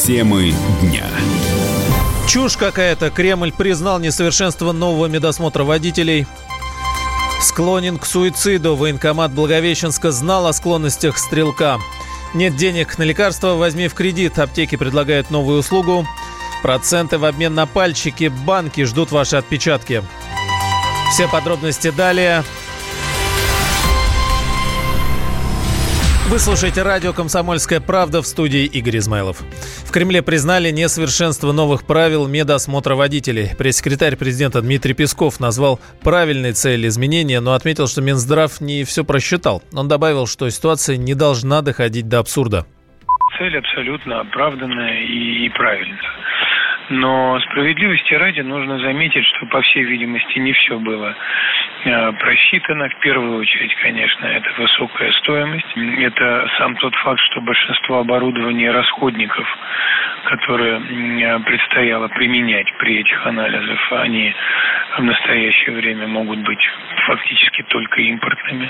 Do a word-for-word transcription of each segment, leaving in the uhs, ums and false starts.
Темы дня. Чушь какая-то. Кремль признал несовершенство нового медосмотра водителей. Склонен к суициду. Военкомат Благовещенска знал о склонностях стрелка. Нет денег на лекарства, возьми в кредит. Аптеки предлагают новую услугу. Проценты в обмен на пальчики. Банки ждут ваши отпечатки. Все подробности далее. Вы слушаете радио «Комсомольская правда», в студии Игорь Измайлов. В Кремле признали несовершенство новых правил медосмотра водителей. Пресс-секретарь президента Дмитрий Песков назвал правильной цель изменения, но отметил, что Минздрав не все просчитал. Он добавил, что ситуация не должна доходить до абсурда. Цель абсолютно оправданная и, и правильная. Но справедливости ради нужно заметить, что, по всей видимости, не все было э, просчитано. В первую очередь, конечно, это высокая стоимость. Это сам тот факт, что большинство оборудования и расходников, которые э, предстояло применять при этих анализах, они в настоящее время могут быть фактически только импортными.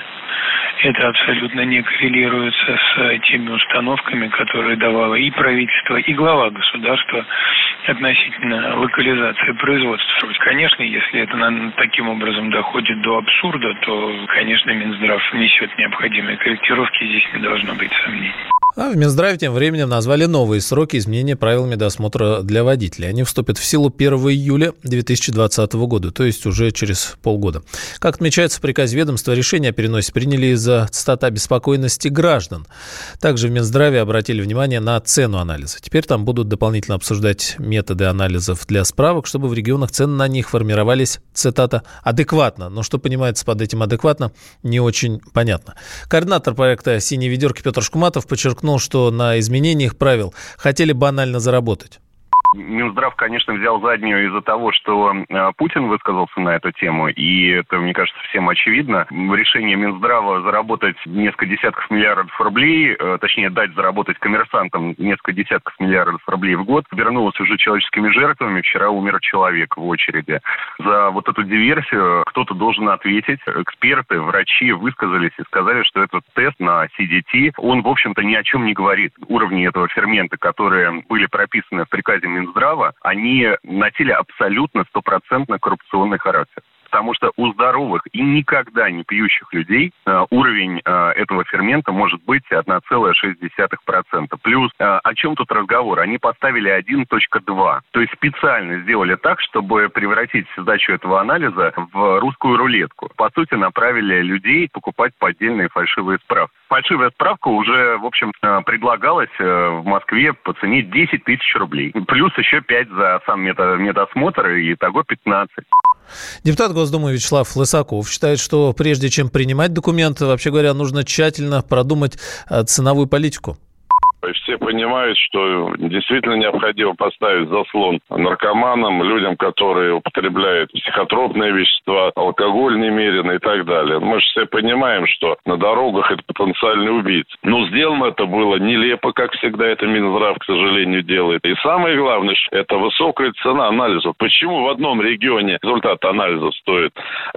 Это абсолютно не коррелируется с теми установками, которые давало и правительство, и глава государства относительно локализации производства. Конечно, если это таким образом доходит до абсурда, то, конечно, Минздрав внесет необходимые корректировки, здесь не должно быть сомнений. А в Минздраве тем временем назвали новые сроки изменения правил медосмотра для водителей. Они вступят в силу первого июля две тысячи двадцатого года, то есть уже через полгода. Как отмечается в приказе ведомства, решение о переносе приняли из-за, цитата, обеспокоенности граждан. Также в Минздраве обратили внимание на цену анализа. Теперь там будут дополнительно обсуждать методы анализов для справок, чтобы в регионах цены на них формировались, цитата, адекватно. Но что понимается под этим адекватно, не очень понятно. Координатор проекта «Синие ведерки» Петр Шкуматов подчеркнул, что на изменениях правил хотели банально заработать. Минздрав, конечно, взял заднюю из-за того, что э, Путин высказался на эту тему, и это, мне кажется, всем очевидно. Решение Минздрава заработать несколько десятков миллиардов рублей, э, точнее, дать заработать коммерсантам несколько десятков миллиардов рублей в год, обернулось уже человеческими жертвами. Вчера умер человек в очереди. За вот эту диверсию кто-то должен ответить. Эксперты, врачи высказались и сказали, что этот тест на си ди ти, он, в общем-то, ни о чем не говорит. Уровни этого фермента, которые были прописаны в приказе Минздрава, Минздрава, они носили абсолютно стопроцентно коррупционный характер. Потому что у здоровых и никогда не пьющих людей э, уровень э, этого фермента может быть одна целая шесть десятых процента. Плюс, э, о чем тут разговор? Они поставили один целых два. То есть специально сделали так, чтобы превратить сдачу этого анализа в русскую рулетку. По сути, направили людей покупать поддельные фальшивые справки. Фальшивая справка уже, в общем, э, предлагалась э, в Москве по цене десять тысяч рублей. Плюс еще пять за сам мета- медосмотр, и итого пятнадцать. Депутат Госдумы Вячеслав Лысаков считает, что прежде чем принимать документы, вообще говоря, нужно тщательно продумать ценовую политику. Все понимают, что действительно необходимо поставить заслон наркоманам, людям, которые употребляют психотропные вещества, алкоголь немерено и так далее. Мы же все понимаем, что на дорогах это потенциальный убийца. Но сделано это было нелепо, как всегда это Минздрав, к сожалению, делает. И самое главное, это высокая цена анализов. Почему в одном регионе результат анализа стоит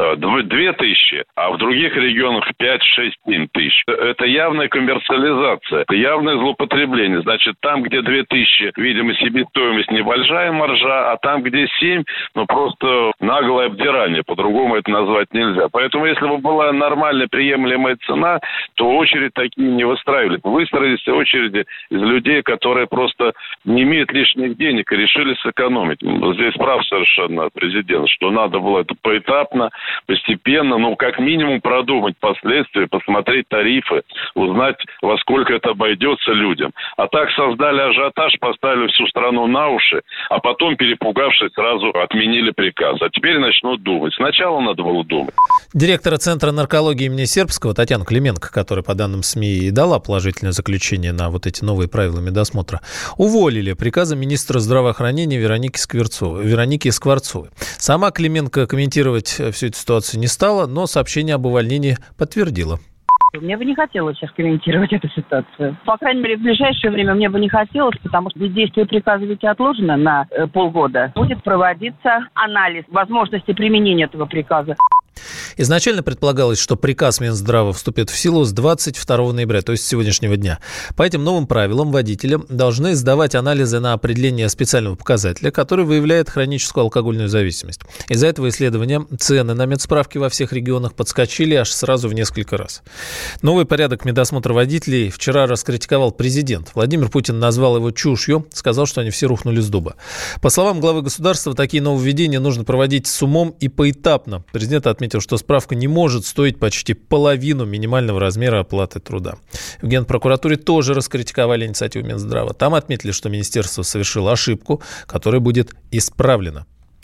две тысячи, а в других регионах пять, шесть, семь тысяч? Это явная коммерциализация, это явное злоупотребление. Значит, там, где две тысячи, видимо, себестоимость небольшая маржа, а там, где семь, ну, просто наглое обдирание. По-другому это назвать нельзя. Поэтому, если бы была нормальная, приемлемая цена, то очередь такие не выстраивали. Выстроились очереди из людей, которые просто не имеют лишних денег и решили сэкономить. Здесь прав совершенно президент, что надо было это поэтапно, постепенно, ну, как минимум продумать последствия, посмотреть тарифы, узнать, во сколько это обойдется людям. А так создали ажиотаж, поставили всю страну на уши, а потом, перепугавшись, сразу отменили приказ. А теперь начнут думать. Сначала надо было думать. Директора Центра наркологии имени Сербского Татьяна Клименко, которая, по данным СМИ, и дала положительное заключение на вот эти новые правила медосмотра, уволили приказом министра здравоохранения Вероники Скворцовой. Вероники Скворцовой. Сама Клименко комментировать всю эту ситуацию не стала, но сообщение об увольнении подтвердила. Мне бы не хотелось сейчас комментировать эту ситуацию. По крайней мере, в ближайшее время мне бы не хотелось, потому что действие приказа ведь отложено на э, полгода. Будет проводиться анализ возможности применения этого приказа. Изначально предполагалось, что приказ Минздрава вступит в силу с двадцать второго ноября, то есть с сегодняшнего дня. По этим новым правилам водители должны сдавать анализы на определение специального показателя, который выявляет хроническую алкогольную зависимость. Из-за этого исследования цены на медсправки во всех регионах подскочили аж сразу в несколько раз. Новый порядок медосмотра водителей вчера раскритиковал президент. Владимир Путин назвал его чушью, сказал, что они все рухнули с дуба. По словам главы государства, такие нововведения нужно проводить с умом и поэтапно. Президент отметил, что справка не может стоить почти половину минимального размера оплаты труда. В Генпрокуратуре тоже раскритиковали инициативу Минздрава. Там отметили, что министерство совершило ошибку, которая будет исправлена.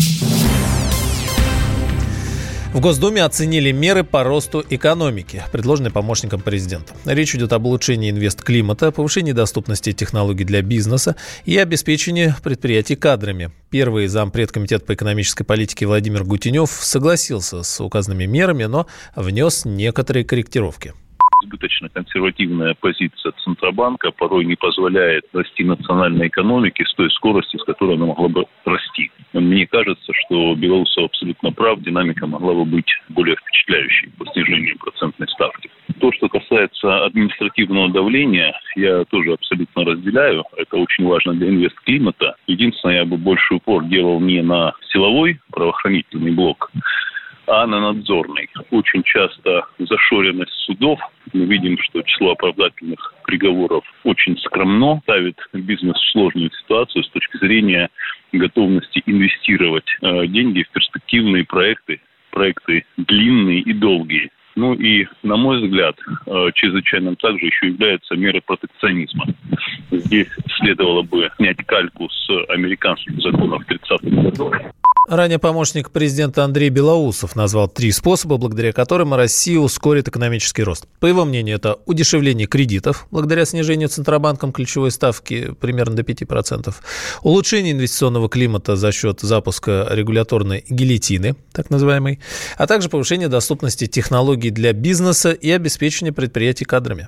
В Госдуме оценили меры по росту экономики, предложенные помощником президента. Речь идет об улучшении инвестклимата, повышении доступности технологий для бизнеса и обеспечении предприятий кадрами. Первый зампред Комитета по экономической политике Владимир Гутенев согласился с указанными мерами, но внес некоторые корректировки. Избыточно консервативная позиция Центробанка порой не позволяет расти национальной экономике с той скоростью, с которой она могла бы расти. Мне кажется, что Белоусов абсолютно прав, динамика могла бы быть более впечатляющей по снижению процентной ставки. То, что касается административного давления, я тоже абсолютно разделяю. Это очень важно для инвестклимата. Единственное, я бы больше упор делал не на силовой правоохранительный блок, а на надзорный. Очень часто зашоренность судов. Мы видим, что число оправдательных приговоров очень скромно, ставит бизнес в сложную ситуацию с точки зрения готовности инвестировать э, деньги в перспективные проекты, проекты длинные и долгие. Ну и, на мой взгляд, э, чрезвычайным также еще являются меры протекционизма. Здесь следовало бы снять кальку с американских законов тридцатых годов. Ранее помощник президента Андрей Белоусов назвал три способа, благодаря которым Россия ускорит экономический рост. По его мнению, это удешевление кредитов, благодаря снижению Центробанком ключевой ставки примерно до пяти процентов, улучшение инвестиционного климата за счет запуска регуляторной гильотины, так называемой, а также повышение доступности технологий для бизнеса и обеспечение предприятий кадрами.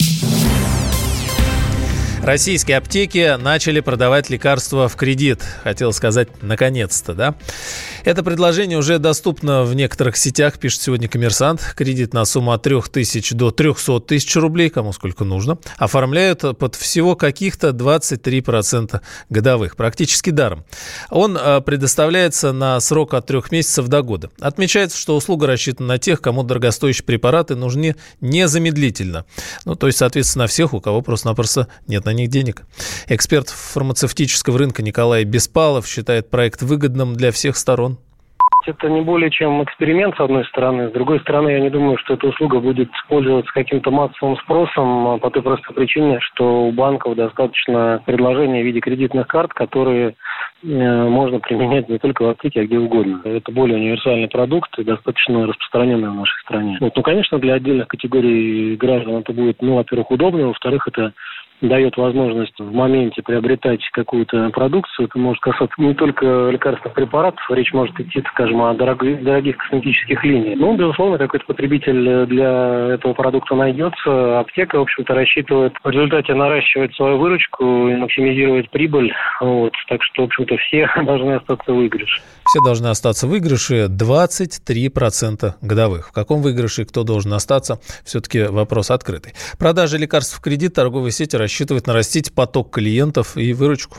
Российские аптеки начали продавать лекарства в кредит. Хотел сказать, наконец-то, да? Это предложение уже доступно в некоторых сетях, пишет сегодня «Коммерсант». Кредит на сумму от трёх тысяч до трёхсот тысяч рублей, кому сколько нужно, оформляют под всего каких-то двадцать три процента годовых, практически даром. Он предоставляется на срок от трех месяцев до года. Отмечается, что услуга рассчитана на тех, кому дорогостоящие препараты нужны незамедлительно. Ну, то есть, соответственно, на всех, у кого просто-напросто нет на них денег. Эксперт фармацевтического рынка Николай Беспалов считает проект выгодным для всех сторон. Это не более чем эксперимент, с одной стороны. С другой стороны, я не думаю, что эта услуга будет пользоваться каким-то массовым спросом по той простой причине, что у банков достаточно предложений в виде кредитных карт, которые можно применять не только в аптеке, а где угодно. Это более универсальный продукт и достаточно распространенный в нашей стране. Вот. Ну, конечно, для отдельных категорий граждан это будет, ну, во-первых, удобно, во-вторых, это дает возможность в моменте приобретать какую-то продукцию. Это может касаться не только лекарственных препаратов, речь может идти, скажем, о дорогих, дорогих косметических линиях. Ну, безусловно, какой-то потребитель для этого продукта найдется. Аптека, в общем-то, рассчитывает в результате наращивать свою выручку и максимизировать прибыль. Вот. Так что, в общем-то, все должны остаться в выигрыше. Все должны остаться в выигрыше, двадцать три процента годовых. В каком выигрыше кто должен остаться, все-таки вопрос открытый. Продажи лекарств в кредит торговые сети рассчитывают нарастить поток клиентов и выручку.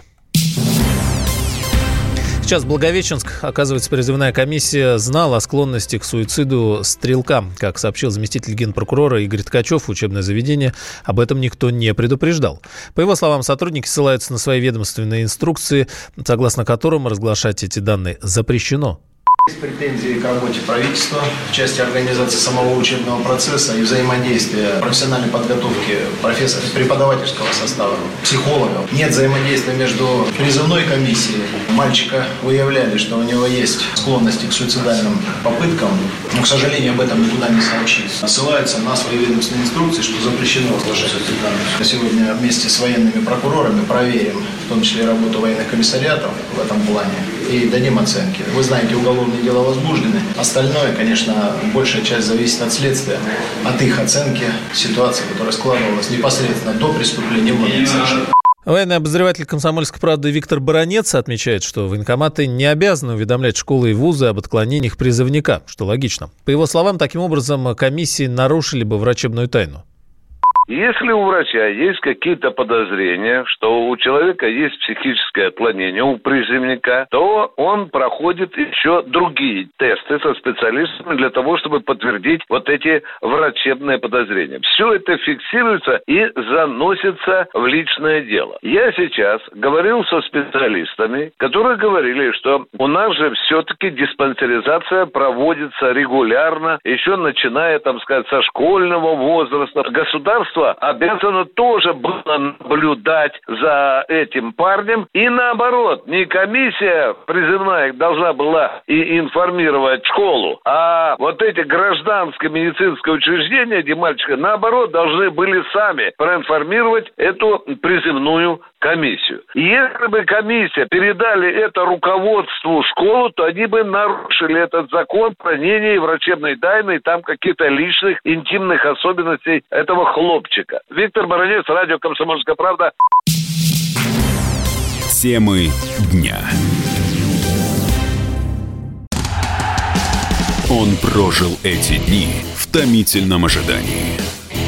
Сейчас в Благовещенск, оказывается, призывная комиссия знала о склонности к суициду стрелка. Как сообщил заместитель генпрокурора Игорь Ткачев, учебное заведение об этом никто не предупреждал. По его словам, сотрудники ссылаются на свои ведомственные инструкции, согласно которым разглашать эти данные запрещено. Есть претензии к работе правительства в части организации самого учебного процесса и взаимодействия профессиональной подготовки профессоров, преподавательского состава, психологов. Нет взаимодействия между призывной комиссией. Мальчика выявляли, что у него есть склонности к суицидальным попыткам, но, к сожалению, об этом никуда не сообщили. Ссылаются на свои ведомственные инструкции, что запрещено разглашать эти данные. Сегодня вместе с военными прокурорами проверим, в том числе работу военных комиссариатов в этом плане, и дадим оценки. Вы знаете, уголовные дела возбуждены. Остальное, конечно, большая часть зависит от следствия, от их оценки ситуации, которая складывалась непосредственно до преступления, в момент совершения. Военный обозреватель «Комсомольской правды» Виктор Баранец отмечает, что военкоматы не обязаны уведомлять школы и вузы об отклонениях призывника, что логично. По его словам, таким образом комиссии нарушили бы врачебную тайну. Если у врача есть какие-то подозрения, что у человека есть психическое отклонение, у призывника, то он проходит еще другие тесты со специалистами для того, чтобы подтвердить вот эти врачебные подозрения. Все это фиксируется и заносится в личное дело. Я сейчас говорил со специалистами, которые говорили, что у нас же все-таки диспансеризация проводится регулярно, еще начиная, там сказать, со школьного возраста. Государство обязано тоже было наблюдать за этим парнем. И наоборот, не комиссия призывная должна была и информировать школу, а вот эти гражданские медицинские учреждения, где мальчики, наоборот, должны были сами проинформировать эту призывную комиссию. И если бы комиссия передали это руководству школы, то они бы нарушили этот закон про хранение врачебной тайны и там каких-то личных интимных особенностей этого хлопчика. Виктор Баранец, радио «Комсомольская правда». Темы дня. Он прожил эти дни в томительном ожидании.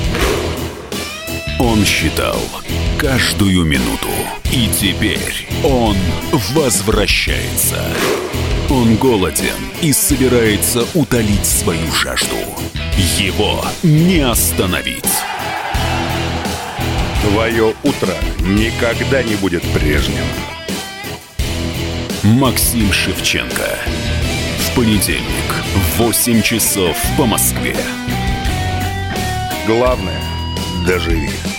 Он считал каждую минуту. И теперь он возвращается. Он голоден и собирается утолить свою жажду. Его не остановить. Твое утро никогда не будет прежним. Максим Шевченко. В понедельник в восемь часов по Москве. Главное – доживи.